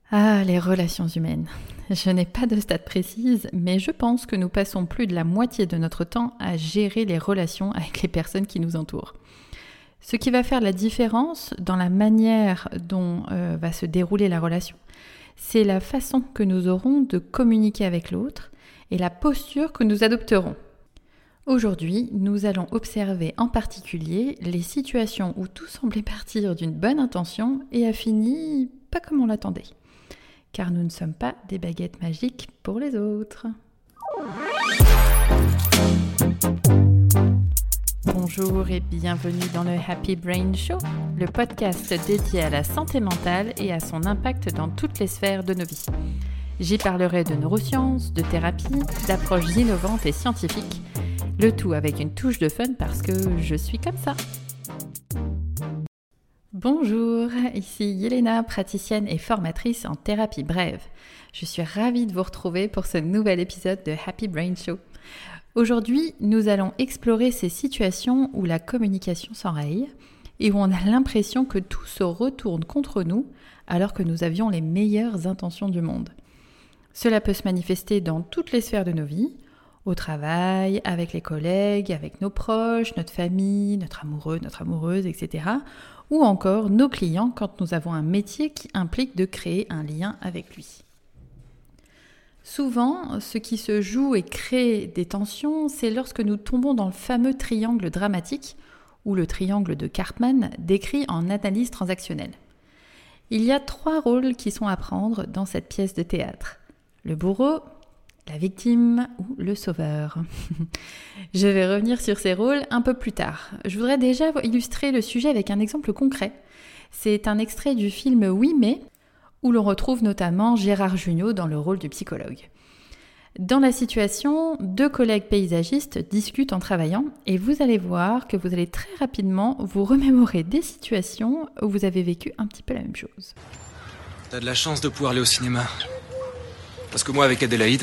Ah, les relations humaines. Je n'ai pas de stats précises, mais je pense que nous passons plus de la moitié de notre temps à gérer les relations avec les personnes qui nous entourent. Ce qui va faire la différence dans la manière dont va se dérouler la relation, c'est la façon que nous aurons de communiquer avec l'autre et la posture que nous adopterons. Aujourd'hui, nous allons observer en particulier les situations où tout semblait partir d'une bonne intention et a fini pas comme on l'attendait. Car nous ne sommes pas des baguettes magiques pour les autres. Bonjour et bienvenue dans le Happy Brain Show, le podcast dédié à la santé mentale et à son impact dans toutes les sphères de nos vies. J'y parlerai de neurosciences, de thérapie, d'approches innovantes et scientifiques, le tout avec une touche de fun parce que je suis comme ça. Bonjour, ici Yelena, praticienne et formatrice en thérapie brève. Je suis ravie de vous retrouver pour ce nouvel épisode de Happy Brain Show. Aujourd'hui, nous allons explorer ces situations où la communication s'enraye et où on a l'impression que tout se retourne contre nous alors que nous avions les meilleures intentions du monde. Cela peut se manifester dans toutes les sphères de nos vies, au travail, avec les collègues, avec nos proches, notre famille, notre amoureux, notre amoureuse, etc. Ou encore nos clients quand nous avons un métier qui implique de créer un lien avec lui. Souvent, ce qui se joue et crée des tensions, c'est lorsque nous tombons dans le fameux triangle dramatique, ou le triangle de Karpman, décrit en analyse transactionnelle. Il y a 3 rôles qui sont à prendre dans cette pièce de théâtre. Le bourreau, la victime ou le sauveur. Je vais revenir sur ces rôles un peu plus tard. Je voudrais déjà illustrer le sujet avec un exemple concret. C'est un extrait du film Oui mais, où l'on retrouve notamment Gérard Jugnot dans le rôle du psychologue. Dans la situation, 2 collègues paysagistes discutent en travaillant et vous allez voir que vous allez très rapidement vous remémorer des situations où vous avez vécu un petit peu la même chose. T'as de la chance de pouvoir aller au cinéma. Parce que moi, avec Adélaïde...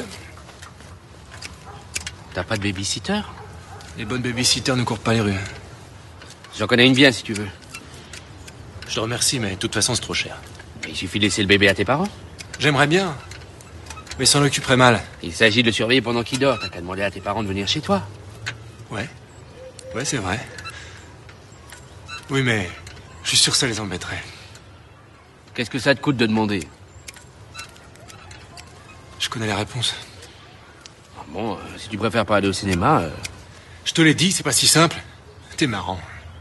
T'as pas de baby-sitter ? Les bonnes baby-sitters ne courent pas les rues. J'en connais une bien, si tu veux. Je te remercie, mais de toute façon, c'est trop cher. Il suffit de laisser le bébé à tes parents. J'aimerais bien, mais s'en occuperait mal. Il s'agit de le surveiller pendant qu'il dort. T'as qu'à demander à tes parents de venir chez toi. Ouais, c'est vrai. Oui, mais je suis sûr que ça les embêterait. Qu'est-ce que ça te coûte de demander ? Je connais la réponse. Bon, si tu préfères pas aller au cinéma... Je te l'ai dit, c'est pas si simple. T'es marrant.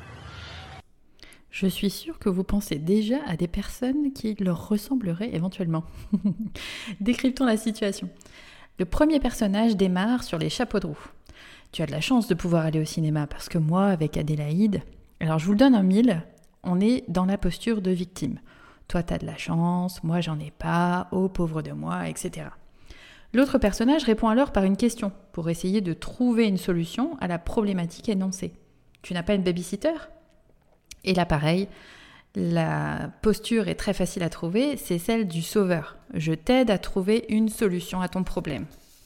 Je suis sûre que vous pensez déjà à des personnes qui leur ressembleraient éventuellement. Décryptons la situation. Le premier personnage démarre sur les chapeaux de roue. Tu as de la chance de pouvoir aller au cinéma parce que moi, avec Adélaïde... Alors je vous le donne en 1000, on est dans la posture de victime. Toi, t'as de la chance, moi, j'en ai pas, oh pauvre de moi, etc. L'autre personnage répond alors par une question pour essayer de trouver une solution à la problématique énoncée. Tu n'as pas une baby-sitter ? Et là, pareil, la posture est très facile à trouver, c'est celle du sauveur. Je t'aide à trouver une solution à ton problème.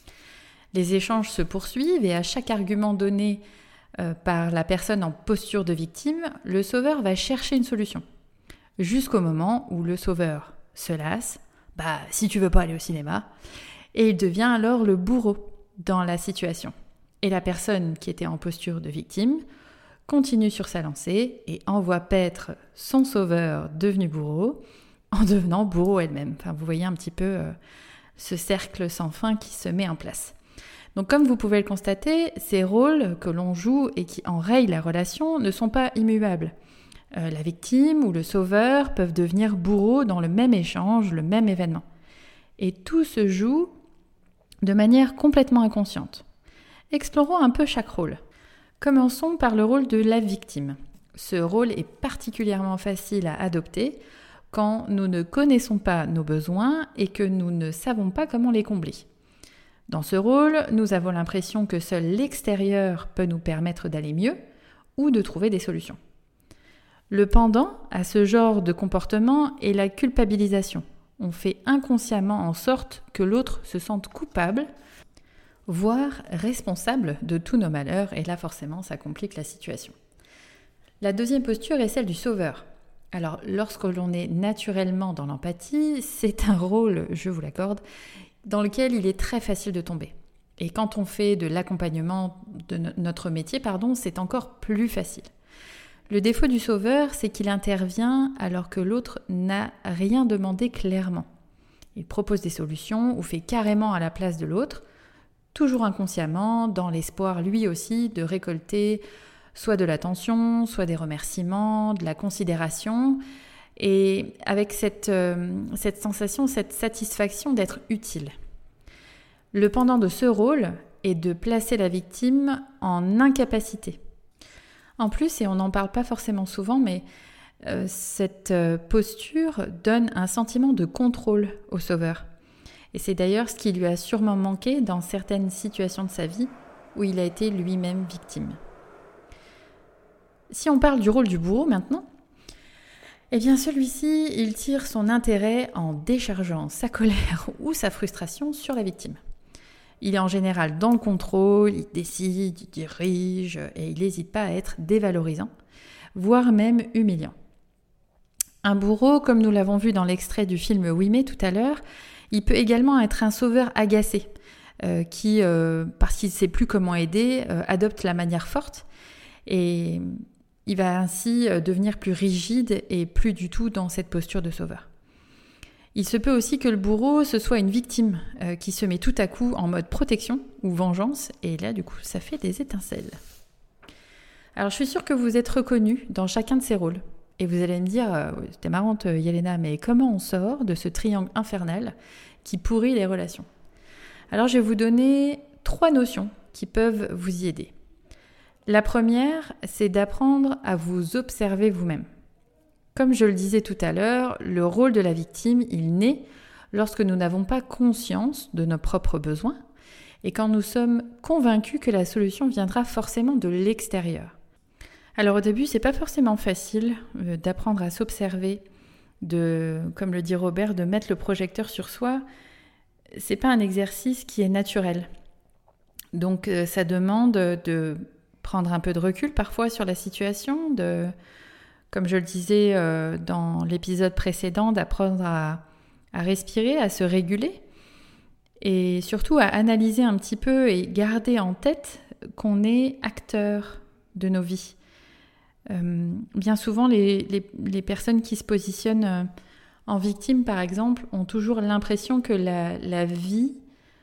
Les échanges se poursuivent et à chaque argument donné par la personne en posture de victime, le sauveur va chercher une solution. Jusqu'au moment où le sauveur se lasse, si tu veux pas aller au cinéma, et il devient alors le bourreau dans la situation. Et la personne qui était en posture de victime continue sur sa lancée et envoie paître son sauveur devenu bourreau en devenant bourreau elle-même. Enfin, vous voyez un petit peu ce cercle sans fin qui se met en place. Donc comme vous pouvez le constater, ces rôles que l'on joue et qui enrayent la relation ne sont pas immuables. La victime ou le sauveur peuvent devenir bourreau dans le même échange, le même événement. Et tout se joue de manière complètement inconsciente. Explorons un peu chaque rôle. Commençons par le rôle de la victime. Ce rôle est particulièrement facile à adopter quand nous ne connaissons pas nos besoins et que nous ne savons pas comment les combler. Dans ce rôle, nous avons l'impression que seul l'extérieur peut nous permettre d'aller mieux ou de trouver des solutions. Le pendant à ce genre de comportement est la culpabilisation. On fait inconsciemment en sorte que l'autre se sente coupable, voire responsable de tous nos malheurs, et là forcément ça complique la situation. La deuxième posture est celle du sauveur. Alors, lorsque l'on est naturellement dans l'empathie, c'est un rôle, je vous l'accorde, dans lequel il est très facile de tomber. Et quand on fait de l'accompagnement de notre métier, c'est encore plus facile. Le défaut du sauveur, c'est qu'il intervient alors que l'autre n'a rien demandé clairement. Il propose des solutions ou fait carrément à la place de l'autre, toujours inconsciemment, dans l'espoir lui aussi de récolter soit de l'attention, soit des remerciements, de la considération, et avec cette sensation, cette satisfaction d'être utile. Le pendant de ce rôle est de placer la victime en incapacité. En plus, et on n'en parle pas forcément souvent, mais cette posture donne un sentiment de contrôle au sauveur. Et c'est d'ailleurs ce qui lui a sûrement manqué dans certaines situations de sa vie où il a été lui-même victime. Si on parle du rôle du bourreau maintenant, eh bien celui-ci, il tire son intérêt en déchargeant sa colère ou sa frustration sur la victime. Il est en général dans le contrôle, il décide, il dirige et il n'hésite pas à être dévalorisant, voire même humiliant. Un bourreau, comme nous l'avons vu dans l'extrait du film Oui mais tout à l'heure, il peut également être un sauveur agacé, qui, parce qu'il ne sait plus comment aider, adopte la manière forte et il va ainsi devenir plus rigide et plus du tout dans cette posture de sauveur. Il se peut aussi que le bourreau, ce soit une victime qui se met tout à coup en mode protection ou vengeance, et là, du coup, ça fait des étincelles. Alors, je suis sûre que vous êtes reconnus dans chacun de ces rôles. Et vous allez me dire, c'était marrante, Yelena, mais comment on sort de ce triangle infernal qui pourrit les relations ? Alors, je vais vous donner 3 notions qui peuvent vous y aider. La première, c'est d'apprendre à vous observer vous-même. Comme je le disais tout à l'heure, le rôle de la victime, il naît lorsque nous n'avons pas conscience de nos propres besoins et quand nous sommes convaincus que la solution viendra forcément de l'extérieur. Alors au début, c'est pas forcément facile d'apprendre à s'observer, comme le dit Robert, de mettre le projecteur sur soi. C'est pas un exercice qui est naturel. Donc ça demande de prendre un peu de recul parfois sur la situation, comme je le disais dans l'épisode précédent, d'apprendre à respirer, à se réguler et surtout à analyser un petit peu et garder en tête qu'on est acteur de nos vies. Bien souvent, les personnes qui se positionnent en victime, par exemple, ont toujours l'impression que la vie,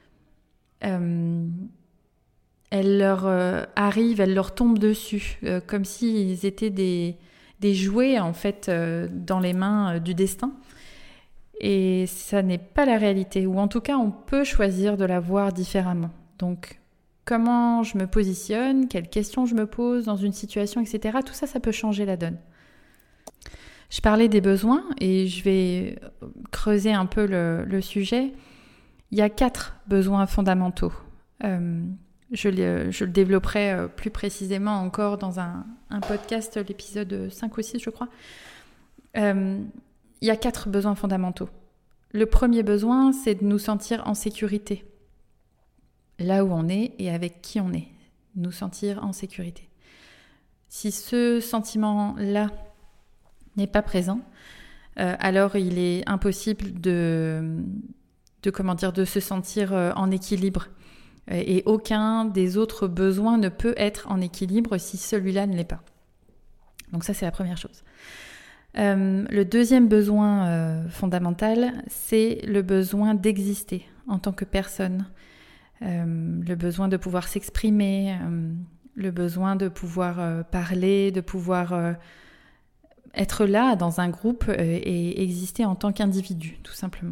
elle leur arrive, elle leur tombe dessus, comme s'ils étaient des jouets en fait dans les mains du destin. Et ça n'est pas la réalité, ou en tout cas on peut choisir de la voir différemment. Donc comment je me positionne, quelles questions je me pose dans une situation, etc. Tout ça, ça peut changer la donne. Je parlais des besoins et je vais creuser un peu le sujet. Il y a 4 besoins fondamentaux. Je le développerai plus précisément encore dans un podcast, l'épisode 5 ou 6, je crois. Il y a 4 besoins fondamentaux. Le premier besoin, c'est de nous sentir en sécurité. Là où on est et avec qui on est. Nous sentir en sécurité. Si ce sentiment-là n'est pas présent, alors il est impossible de se sentir en équilibre. Et aucun des autres besoins ne peut être en équilibre si celui-là ne l'est pas. Donc ça, c'est la première chose. Le deuxième besoin fondamental, c'est le besoin d'exister en tant que personne. Le besoin de pouvoir s'exprimer, le besoin de pouvoir parler, de pouvoir être là dans un groupe et exister en tant qu'individu, tout simplement.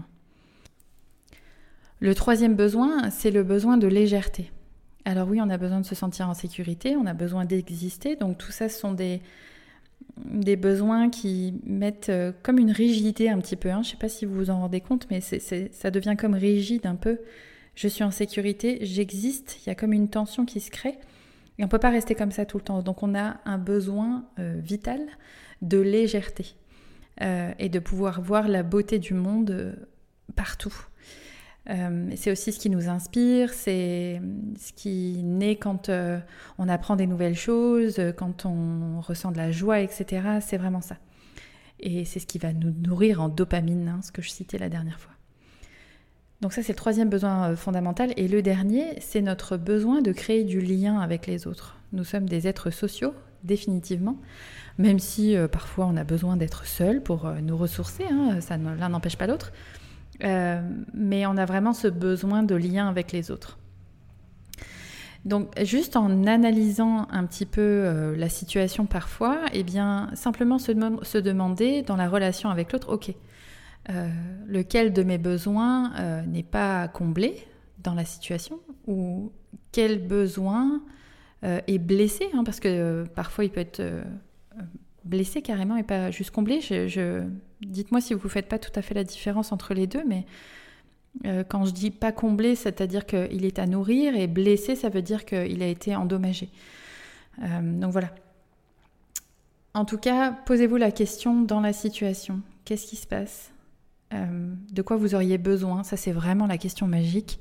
Le troisième besoin, c'est le besoin de légèreté. Alors oui, on a besoin de se sentir en sécurité, on a besoin d'exister, donc tout ça, ce sont des besoins qui mettent comme une rigidité un petit peu. Je ne sais pas si vous vous en rendez compte, mais ça devient comme rigide un peu. Je suis en sécurité, j'existe, il y a comme une tension qui se crée et on ne peut pas rester comme ça tout le temps. Donc on a un besoin vital de légèreté et de pouvoir voir la beauté du monde partout. C'est aussi ce qui nous inspire, c'est ce qui naît quand on apprend des nouvelles choses, quand on ressent de la joie, etc. C'est vraiment ça. Et c'est ce qui va nous nourrir en dopamine, ce que je citais la dernière fois. Donc ça, c'est le troisième besoin fondamental. Et le dernier, c'est notre besoin de créer du lien avec les autres. Nous sommes des êtres sociaux, définitivement, même si parfois on a besoin d'être seul pour nous ressourcer, l'un n'empêche pas l'autre. Mais on a vraiment ce besoin de lien avec les autres. Donc juste en analysant un petit peu la situation parfois, eh bien simplement se demander dans la relation avec l'autre, ok, lequel de mes besoins n'est pas comblé dans la situation, ou quel besoin est blessé, parce que parfois il peut être blessé carrément et pas juste comblé. Dites-moi si vous ne faites pas tout à fait la différence entre les deux, mais quand je dis pas comblé, c'est-à-dire qu'il est à nourrir, et blessé, ça veut dire qu'il a été endommagé. Donc voilà. En tout cas, posez-vous la question dans la situation. Qu'est-ce qui se passe ? De quoi vous auriez besoin ? Ça, c'est vraiment la question magique.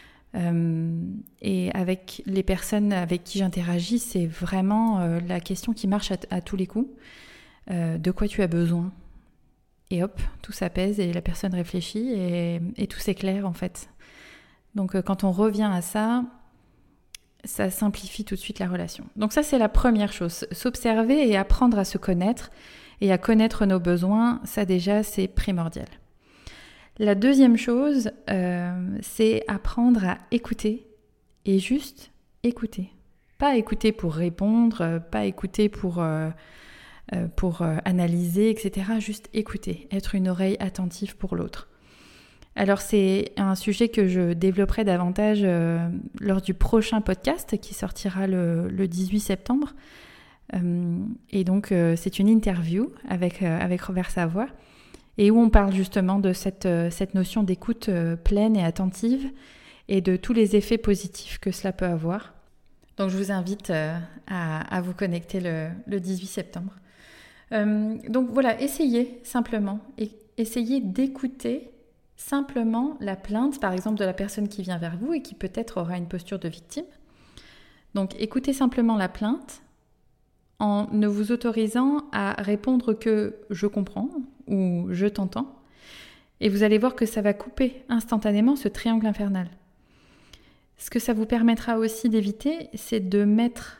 Et avec les personnes avec qui j'interagis, c'est vraiment la question qui marche à tous les coups. De quoi tu as besoin ? Et hop, tout s'apaise et la personne réfléchit et tout s'éclaire en fait. Donc quand on revient à ça, ça simplifie tout de suite la relation. Donc ça, c'est la première chose. S'observer et apprendre à se connaître et à connaître nos besoins, ça déjà, c'est primordial. La deuxième chose, c'est apprendre à écouter et juste écouter. Pas écouter pour répondre, pas écouter pour analyser, etc. Juste écouter, être une oreille attentive pour l'autre. Alors c'est un sujet que je développerai davantage lors du prochain podcast qui sortira le 18 septembre. Et donc c'est une interview avec Robert Savoie, et où on parle justement de cette notion d'écoute pleine et attentive et de tous les effets positifs que cela peut avoir. Donc je vous invite à vous connecter le 18 septembre. Donc voilà, essayez simplement, essayez d'écouter simplement la plainte, par exemple, de la personne qui vient vers vous et qui peut-être aura une posture de victime. Donc écoutez simplement la plainte en ne vous autorisant à répondre que « je comprends » ou « je t'entends ». Et vous allez voir que ça va couper instantanément ce triangle infernal. Ce que ça vous permettra aussi d'éviter, c'est d'éviter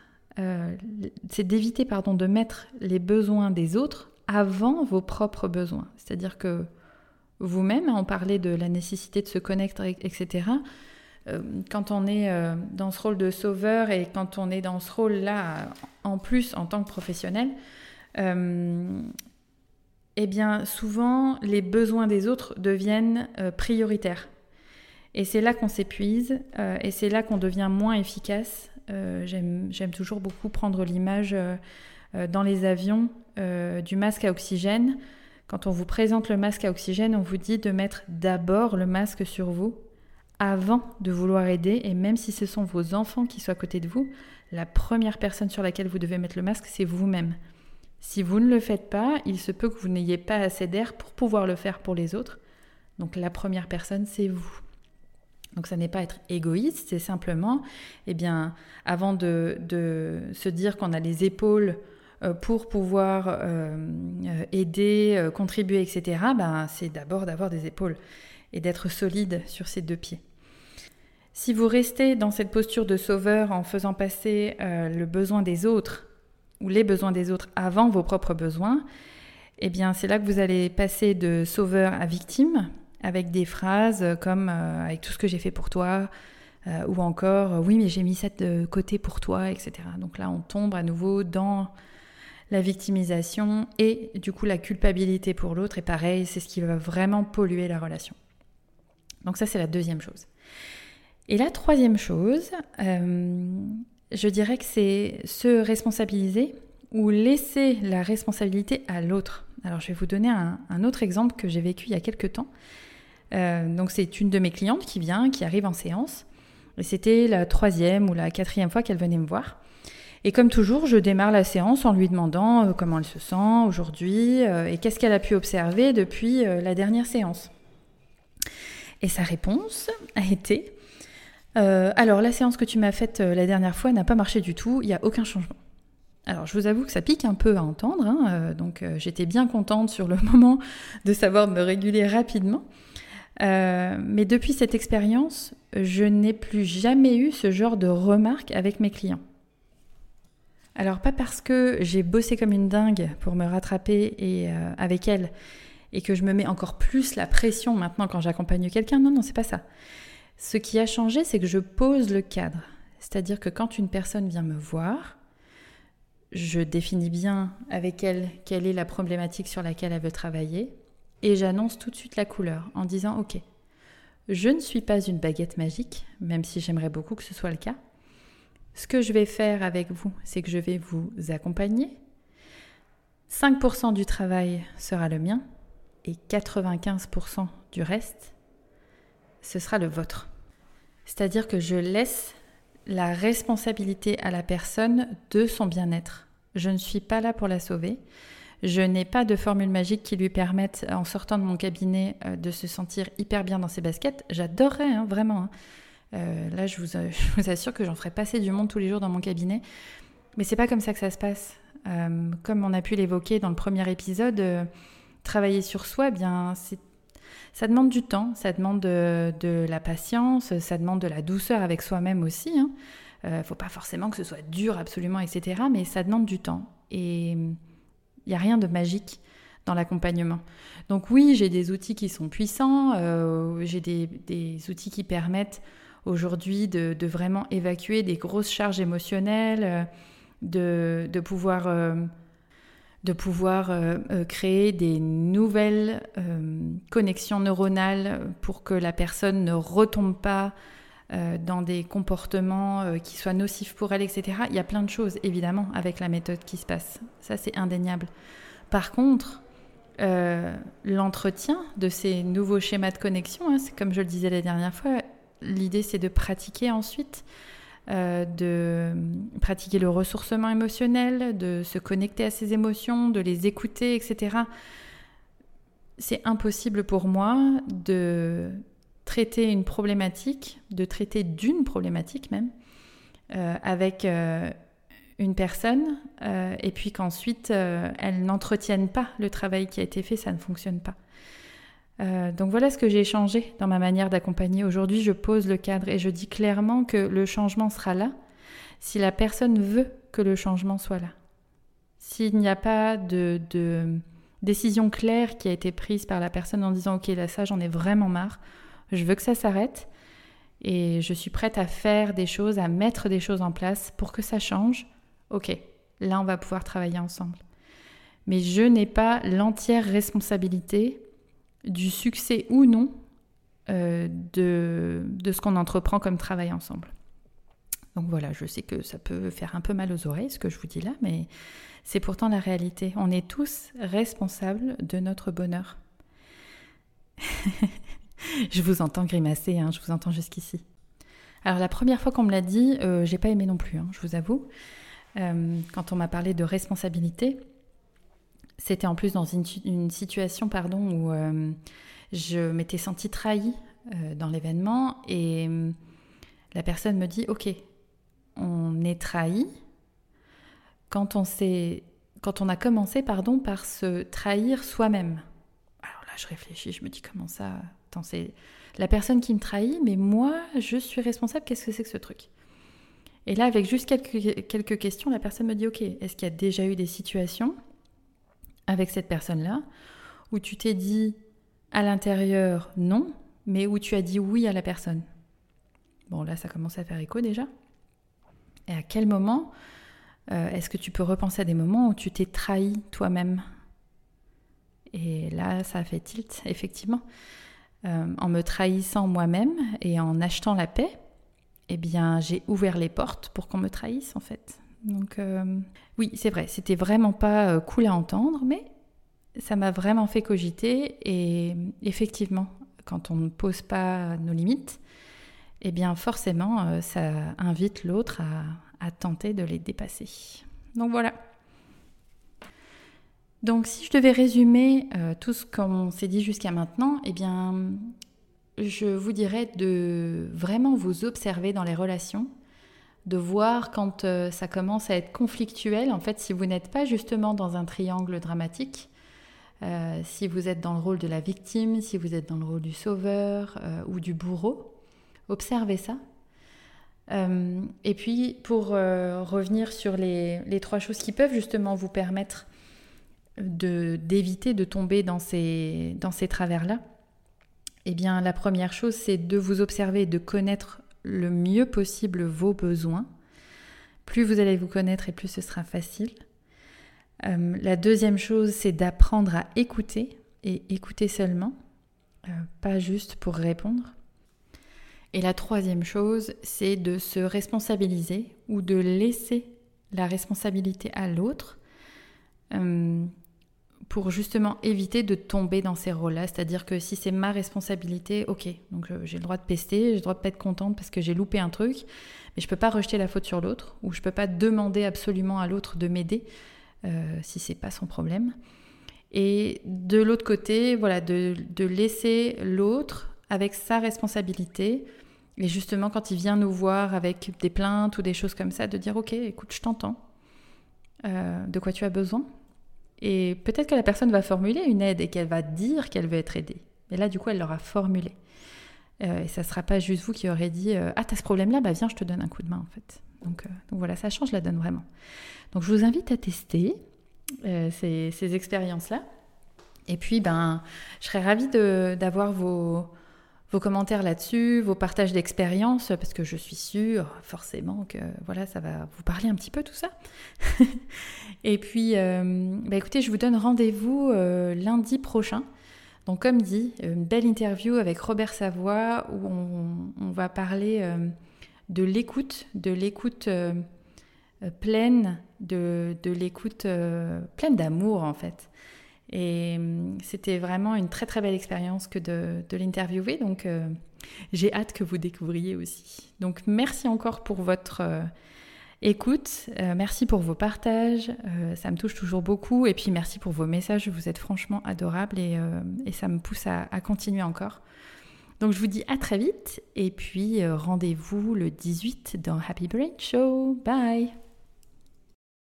de mettre les besoins des autres avant vos propres besoins. C'est-à-dire que vous-même, on parlait de la nécessité de se connecter, etc. Quand on est dans ce rôle de sauveur et quand on est dans ce rôle-là, en plus en tant que professionnel, eh bien souvent les besoins des autres deviennent prioritaires. Et c'est là qu'on s'épuise et c'est là qu'on devient moins efficace. J'aime toujours beaucoup prendre l'image dans les avions du masque à oxygène. Quand on vous présente le masque à oxygène, on vous dit de mettre d'abord le masque sur vous avant de vouloir aider, et même si ce sont vos enfants qui sont à côté de vous, la première personne sur laquelle vous devez mettre le masque, c'est vous-même. Si vous ne le faites pas, il se peut que vous n'ayez pas assez d'air pour pouvoir le faire pour les autres. Donc la première personne, c'est vous. Donc ça n'est pas être égoïste, c'est simplement, avant de se dire qu'on a les épaules pour pouvoir aider, contribuer, etc., c'est d'abord d'avoir des épaules et d'être solide sur ses deux pieds. Si vous restez dans cette posture de sauveur en faisant passer le besoin des autres ou les besoins des autres avant vos propres besoins, c'est là que vous allez passer de sauveur à victime, avec des phrases comme avec tout ce que j'ai fait pour toi, ou encore oui mais j'ai mis ça de côté pour toi, etc. Donc là on tombe à nouveau dans la victimisation et du coup la culpabilité pour l'autre, et pareil, c'est ce qui va vraiment polluer la relation. Donc ça, c'est la deuxième chose. Et la troisième chose, je dirais que c'est se responsabiliser ou laisser la responsabilité à l'autre. Alors je vais vous donner un autre exemple que j'ai vécu il y a quelques temps. Donc c'est une de mes clientes qui arrive en séance, et c'était la 3e ou la 4e fois qu'elle venait me voir. Et comme toujours, je démarre la séance en lui demandant comment elle se sent aujourd'hui et qu'est-ce qu'elle a pu observer depuis la dernière séance. Et sa réponse a été alors la séance que tu m'as faite la dernière fois n'a pas marché du tout, il n'y a aucun changement. Alors, je vous avoue que ça pique un peu à entendre, hein, donc j'étais bien contente sur le moment de savoir me réguler rapidement. Mais depuis cette expérience, je n'ai plus jamais eu ce genre de remarques avec mes clients. Alors, pas parce que j'ai bossé comme une dingue pour me rattraper avec elles et que je me mets encore plus la pression maintenant quand j'accompagne quelqu'un. Non, c'est pas ça. Ce qui a changé, c'est que je pose le cadre. C'est-à-dire que quand une personne vient me voir, je définis bien avec elle quelle est la problématique sur laquelle elle veut travailler et j'annonce tout de suite la couleur en disant « Ok, je ne suis pas une baguette magique, même si j'aimerais beaucoup que ce soit le cas. Ce que je vais faire avec vous, c'est que je vais vous accompagner. 5% du travail sera le mien et 95% du reste, ce sera le vôtre. » C'est-à-dire que je laisse la responsabilité à la personne de son bien-être. Je ne suis pas là pour la sauver. Je n'ai pas de formule magique qui lui permette, en sortant de mon cabinet, de se sentir hyper bien dans ses baskets. J'adorerais, vraiment. Là, je vous assure que j'en ferai passer du monde tous les jours dans mon cabinet. Mais c'est pas comme ça que ça se passe. Comme on a pu l'évoquer dans le premier épisode, travailler sur soi, ça demande du temps, ça demande de la patience, ça demande de la douceur avec soi-même aussi. Faut pas forcément que ce soit dur absolument, etc. Mais ça demande du temps. Et il n'y a rien de magique dans l'accompagnement. Donc oui, j'ai des outils qui sont puissants, j'ai des outils qui permettent aujourd'hui de vraiment évacuer des grosses charges émotionnelles, de pouvoir créer des nouvelles connexions neuronales pour que la personne ne retombe pas dans des comportements qui soient nocifs pour elle, etc. Il y a plein de choses, évidemment, avec la méthode qui se passe. Ça, c'est indéniable. Par contre, l'entretien de ces nouveaux schémas de connexion, c'est comme je le disais la dernière fois, l'idée, c'est de pratiquer ensuite, de pratiquer le ressourcement émotionnel, de se connecter à ses émotions, de les écouter, etc. C'est impossible pour moi de traiter une problématique, de traiter d'une problématique même, avec une personne, et puis qu'ensuite elle n'entretienne pas le travail qui a été fait, ça ne fonctionne pas. Donc voilà ce que j'ai changé dans ma manière d'accompagner. Aujourd'hui, je pose le cadre et je dis clairement que le changement sera là si la personne veut que le changement soit là. S'il n'y a pas de décision claire qui a été prise par la personne en disant « Ok, là, ça, j'en ai vraiment marre, je veux que ça s'arrête et je suis prête à faire des choses, à mettre des choses en place pour que ça change. Ok, là, on va pouvoir travailler ensemble. » Mais je n'ai pas l'entière responsabilité du succès ou non de ce qu'on entreprend comme travail ensemble. Donc voilà, je sais que ça peut faire un peu mal aux oreilles, ce que je vous dis là, mais c'est pourtant la réalité. On est tous responsables de notre bonheur. Je vous entends grimacer, je vous entends jusqu'ici. Alors la première fois qu'on me l'a dit, j'ai pas aimé non plus, je vous avoue. Quand on m'a parlé de responsabilité, c'était en plus dans une situation où je m'étais sentie trahie dans l'événement et la personne me dit « Ok, on est trahi quand on a commencé par se trahir soi-même. » Alors là, je réfléchis, je me dis « Comment ça ? Attends, c'est la personne qui me trahit, mais moi, je suis responsable, qu'est-ce que c'est que ce truc ?» Et là, avec juste quelques questions, la personne me dit « Ok, est-ce qu'il y a déjà eu des situations avec cette personne-là, où tu t'es dit à l'intérieur non, mais où tu as dit oui à la personne ?» Bon, là, ça commence à faire écho déjà. Et à quel moment est-ce que tu peux repenser à des moments où tu t'es trahi toi-même ? Et là, ça a fait tilt, effectivement. En me trahissant moi-même et en achetant la paix, eh bien, j'ai ouvert les portes pour qu'on me trahisse, en fait. Donc oui, c'est vrai, c'était vraiment pas cool à entendre, mais ça m'a vraiment fait cogiter et effectivement, quand on ne pose pas nos limites, eh bien forcément, ça invite l'autre à tenter de les dépasser. Donc voilà. Donc si je devais résumer tout ce qu'on s'est dit jusqu'à maintenant, eh bien je vous dirais de vraiment vous observer dans les relations, de voir quand ça commence à être conflictuel. En fait, si vous n'êtes pas justement dans un triangle dramatique, si vous êtes dans le rôle de la victime, si vous êtes dans le rôle du sauveur ou du bourreau, observez ça. Et puis, pour revenir sur les 3 choses qui peuvent justement vous permettre d'éviter de tomber dans ces travers-là, eh bien, la première chose, c'est de vous observer et de connaître le mieux possible vos besoins. Plus vous allez vous connaître et plus ce sera facile. La deuxième chose, c'est d'apprendre à écouter et écouter seulement, pas juste pour répondre. Et la troisième chose, c'est de se responsabiliser ou de laisser la responsabilité à l'autre pour justement éviter de tomber dans ces rôles-là. C'est-à-dire que si c'est ma responsabilité, ok, donc j'ai le droit de pester, j'ai le droit de pas être contente parce que j'ai loupé un truc, mais je peux pas rejeter la faute sur l'autre ou je peux pas demander absolument à l'autre de m'aider si c'est pas son problème. Et de l'autre côté, voilà, de laisser l'autre avec sa responsabilité. Et justement, quand il vient nous voir avec des plaintes ou des choses comme ça, de dire « Ok, écoute, je t'entends. De quoi tu as besoin ?» Et peut-être que la personne va formuler une aide et qu'elle va dire qu'elle veut être aidée. Et là, du coup, elle l'aura formulé. Et ça ne sera pas juste vous qui aurez dit « Ah, t'as ce problème-là, bah viens, je te donne un coup de main, en fait. » Donc voilà, ça change la donne vraiment. Donc je vous invite à tester ces expériences-là. Et puis, je serais ravie d'avoir vos commentaires là-dessus, vos partages d'expériences, parce que je suis sûre, forcément, que voilà, ça va vous parler un petit peu tout ça. Et puis, écoutez, je vous donne rendez-vous lundi prochain. Donc, comme dit, une belle interview avec Robert Savoie, où on va parler de l'écoute pleine, de l'écoute pleine d'amour, en fait. Et c'était vraiment une très très belle expérience que de l'interviewer, donc j'ai hâte que vous découvriez aussi. Donc merci encore pour votre écoute, merci pour vos partages, ça me touche toujours beaucoup, et puis merci pour vos messages, vous êtes franchement adorables et ça me pousse à continuer encore. Donc je vous dis à très vite, et puis rendez-vous le 18 dans Happy Brain Show. Bye!